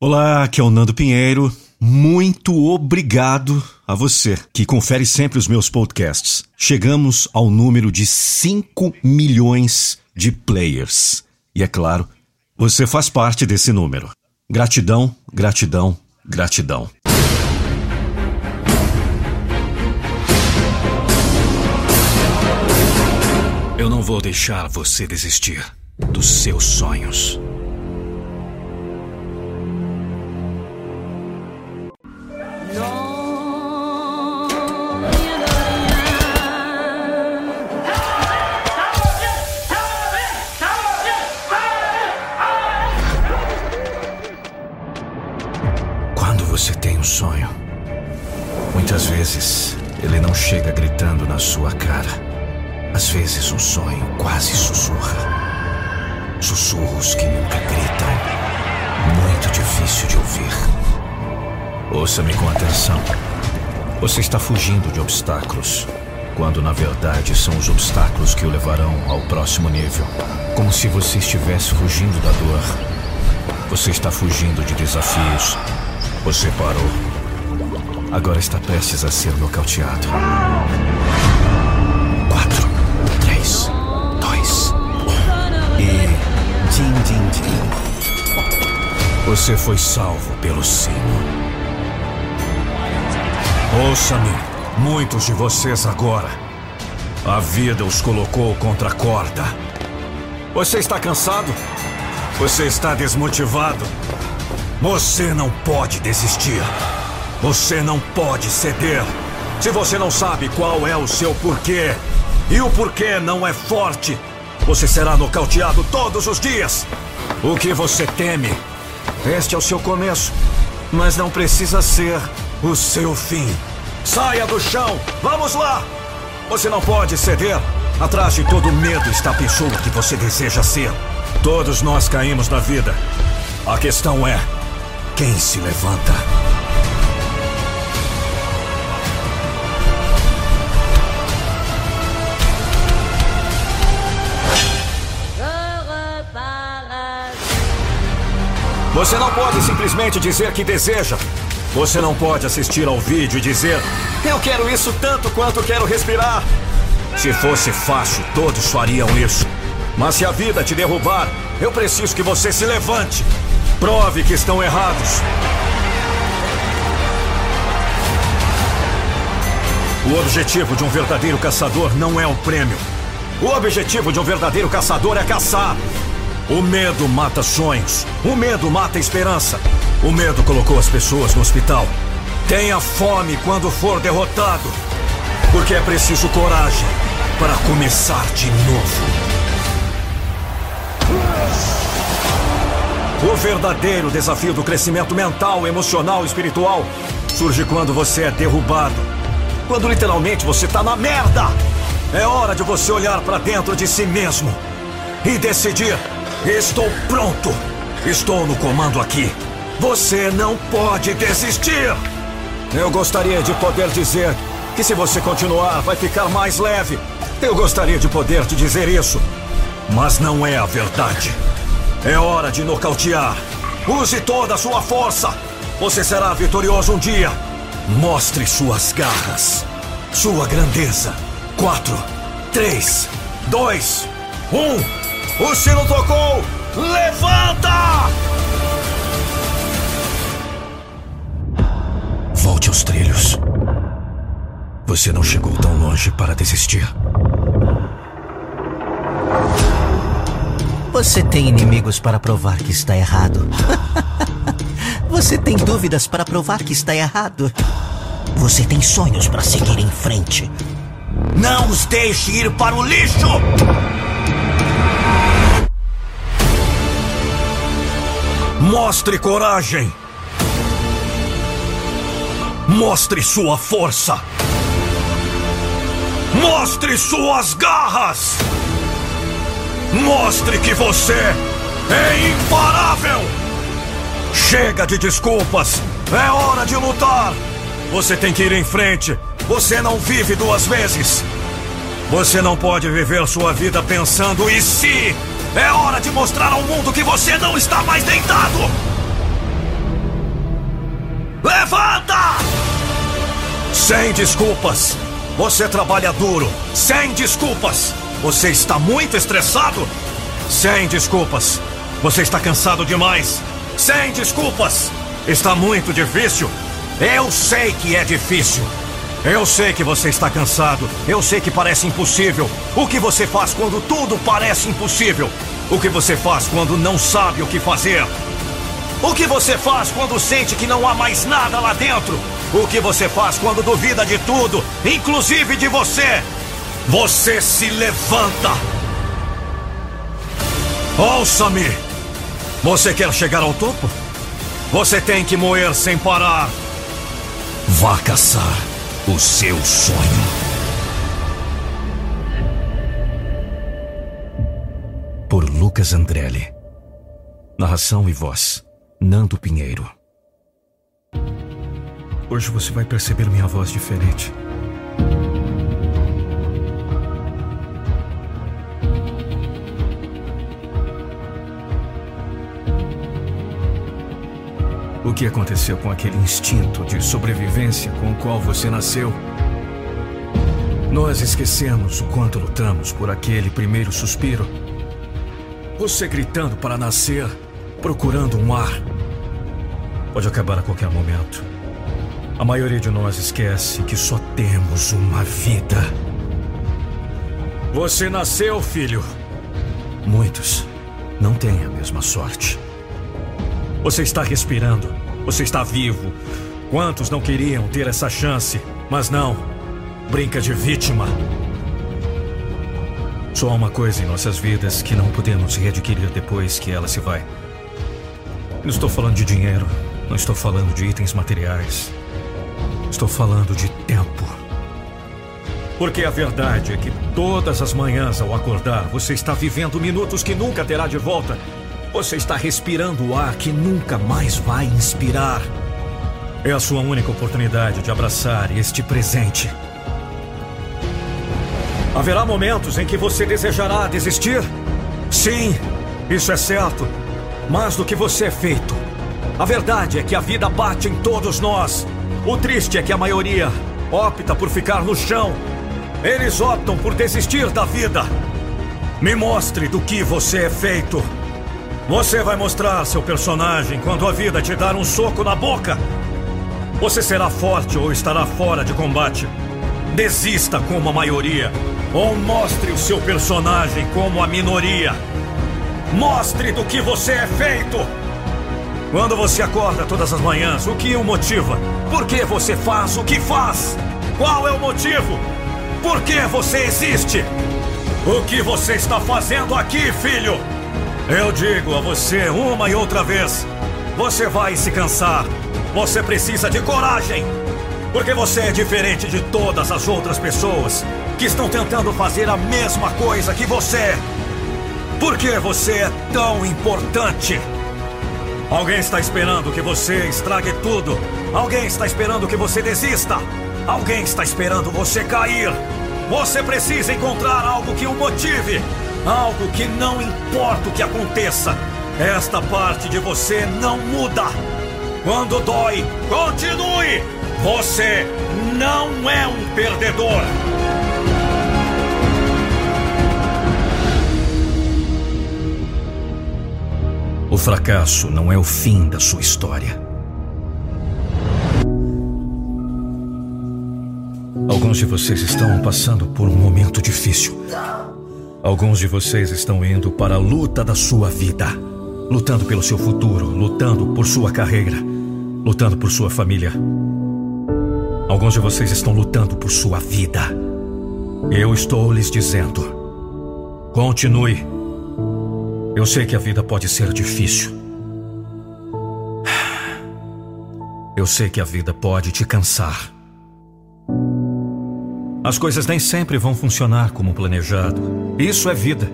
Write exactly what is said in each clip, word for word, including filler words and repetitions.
Olá, aqui é o Nando Pinheiro. Muito obrigado a você que confere sempre os meus podcasts. Chegamos ao número de cinco milhões de players. E é claro, você faz parte desse número. Gratidão, gratidão, gratidão. Eu não vou deixar você desistir dos seus sonhos. Quando você tem um sonho, muitas vezes ele não chega gritando na sua cara. Às vezes um sonho quase sussurra. Sussurros que nunca gritam. Muito difícil de ouvir. Ouça-me com atenção. Você está fugindo de obstáculos, quando na verdade são os obstáculos que o levarão ao próximo nível. Como se você estivesse fugindo da dor. Você está fugindo de desafios. Você parou. Agora está prestes a ser nocauteado. Quatro, três, dois, um. E... Din, din, din. Você foi salvo pelo sino. Ouça-me, muitos de vocês agora. A vida os colocou contra a corda. Você está cansado? Você está desmotivado? Você não pode desistir. Você não pode ceder. Se você não sabe qual é o seu porquê, e o porquê não é forte, você será nocauteado todos os dias. O que você teme? Este é o seu começo, mas não precisa ser o seu fim. Saia do chão! Vamos lá! Você não pode ceder. Atrás de todo medo está a pessoa que você deseja ser. Todos nós caímos na vida. A questão é: quem se levanta? Você não pode simplesmente dizer que deseja. Você não pode assistir ao vídeo e dizer: eu quero isso tanto quanto quero respirar. Se fosse fácil, todos fariam isso. Mas se a vida te derrubar, eu preciso que você se levante. Prove que estão errados. O objetivo de um verdadeiro caçador não é o prêmio. O objetivo de um verdadeiro caçador é caçar. O medo mata sonhos. O medo mata esperança. O medo colocou as pessoas no hospital. Tenha fome quando for derrotado, porque é preciso coragem para começar de novo. O verdadeiro desafio do crescimento mental, emocional e espiritual surge quando você é derrubado. Quando literalmente você está na merda. É hora de você olhar para dentro de si mesmo e decidir: estou pronto. Estou no comando aqui. Você não pode desistir. Eu gostaria de poder dizer que se você continuar vai ficar mais leve. Eu gostaria de poder te dizer isso, mas não é a verdade. É hora de nocautear. Use toda a sua força. Você será vitorioso um dia. Mostre suas garras, sua grandeza. Quatro, três, dois, um. O sino tocou. Levanta! Volte aos trilhos. Você não chegou tão longe para desistir. Você tem inimigos para provar que está errado. Você tem dúvidas para provar que está errado. Você tem sonhos para seguir em frente. Não os deixe ir para o lixo! Mostre coragem. Mostre sua força. Mostre suas garras. Mostre que você é imparável. Chega de desculpas. É hora de lutar. Você tem que ir em frente. Você não vive duas vezes. Você não pode viver sua vida pensando e se. É hora de mostrar ao mundo que você não está mais deitado. Sem desculpas. Você trabalha duro. Sem desculpas. Você está muito estressado. Sem desculpas. Você está cansado demais. Sem desculpas. Está muito difícil. Eu sei que é difícil. Eu sei que você está cansado. Eu sei que parece impossível. O que você faz quando tudo parece impossível? O que você faz quando não sabe o que fazer? O que você faz quando sente que não há mais nada lá dentro? O que você faz quando duvida de tudo, inclusive de você? Você se levanta. Ouça-me. Você quer chegar ao topo? Você tem que moer sem parar. Vá caçar o seu sonho. Por Lucas Andrelli. Narração e voz, Nando Pinheiro. Hoje você vai perceber minha voz diferente. O que aconteceu com aquele instinto de sobrevivência com o qual você nasceu? Nós esquecemos o quanto lutamos por aquele primeiro suspiro. Você gritando para nascer, procurando um ar. Pode acabar a qualquer momento. A maioria de nós esquece que só temos uma vida. Você nasceu, filho. Muitos não têm a mesma sorte. Você está respirando. Você está vivo. Quantos não queriam ter essa chance? Mas não. Brinca de vítima. Só há uma coisa em nossas vidas que não podemos readquirir depois que ela se vai. Não estou falando de dinheiro. Não estou falando de itens materiais. Estou falando de tempo. Porque a verdade é que todas as manhãs ao acordar, você está vivendo minutos que nunca terá de volta. Você está respirando o ar que nunca mais vai inspirar. É a sua única oportunidade de abraçar este presente. Haverá momentos em que você desejará desistir? Sim, isso é certo. Mais do que você é feito. A verdade é que a vida bate em todos nós. O triste é que a maioria opta por ficar no chão. Eles optam por desistir da vida. Me mostre do que você é feito. Você vai mostrar seu personagem quando a vida te dar um soco na boca. Você será forte ou estará fora de combate. Desista como a maioria. Ou mostre o seu personagem como a minoria. Mostre do que você é feito. Quando você acorda todas as manhãs, o que o motiva? Por que você faz o que faz? Qual é o motivo? Por que você existe? O que você está fazendo aqui, filho? Eu digo a você uma e outra vez: você vai se cansar. Você precisa de coragem. Porque você é diferente de todas as outras pessoas que estão tentando fazer a mesma coisa que você. Por que você é tão importante? Alguém está esperando que você estrague tudo. Alguém está esperando que você desista. Alguém está esperando você cair. Você precisa encontrar algo que o motive. Algo que não importa o que aconteça. Esta parte de você não muda. Quando dói, continue. Você não é um perdedor. O fracasso não é o fim da sua história. Alguns de vocês estão passando por um momento difícil. Alguns de vocês estão indo para a luta da sua vida. Lutando pelo seu futuro, lutando por sua carreira, lutando por sua família. Alguns de vocês estão lutando por sua vida. Eu estou lhes dizendo: continue. Eu sei que a vida pode ser difícil. Eu sei que a vida pode te cansar. As coisas nem sempre vão funcionar como planejado. Isso é vida.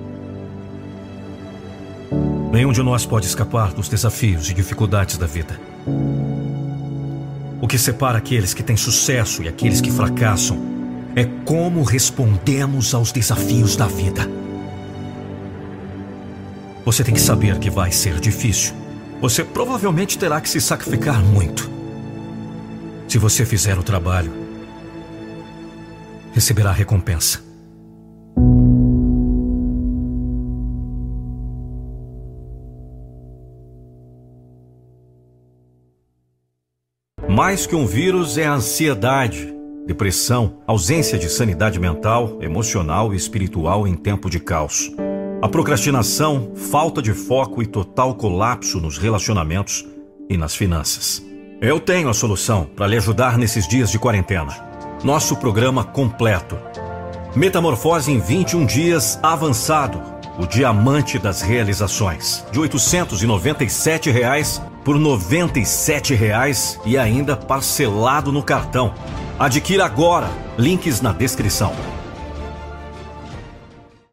Nenhum de nós pode escapar dos desafios e dificuldades da vida. O que separa aqueles que têm sucesso e aqueles que fracassam é como respondemos aos desafios da vida. Você tem que saber que vai ser difícil. Você provavelmente terá que se sacrificar muito. Se você fizer o trabalho, receberá a recompensa. Mais que um vírus é a ansiedade, depressão, ausência de sanidade mental, emocional e espiritual em tempo de caos. A procrastinação, falta de foco e total colapso nos relacionamentos e nas finanças. Eu tenho a solução para lhe ajudar nesses dias de quarentena. Nosso programa completo. Metamorfose em vinte e um dias avançado. O diamante das realizações. De oitocentos e noventa e sete reais por noventa e sete reais e ainda parcelado no cartão. Adquira agora. Links na descrição.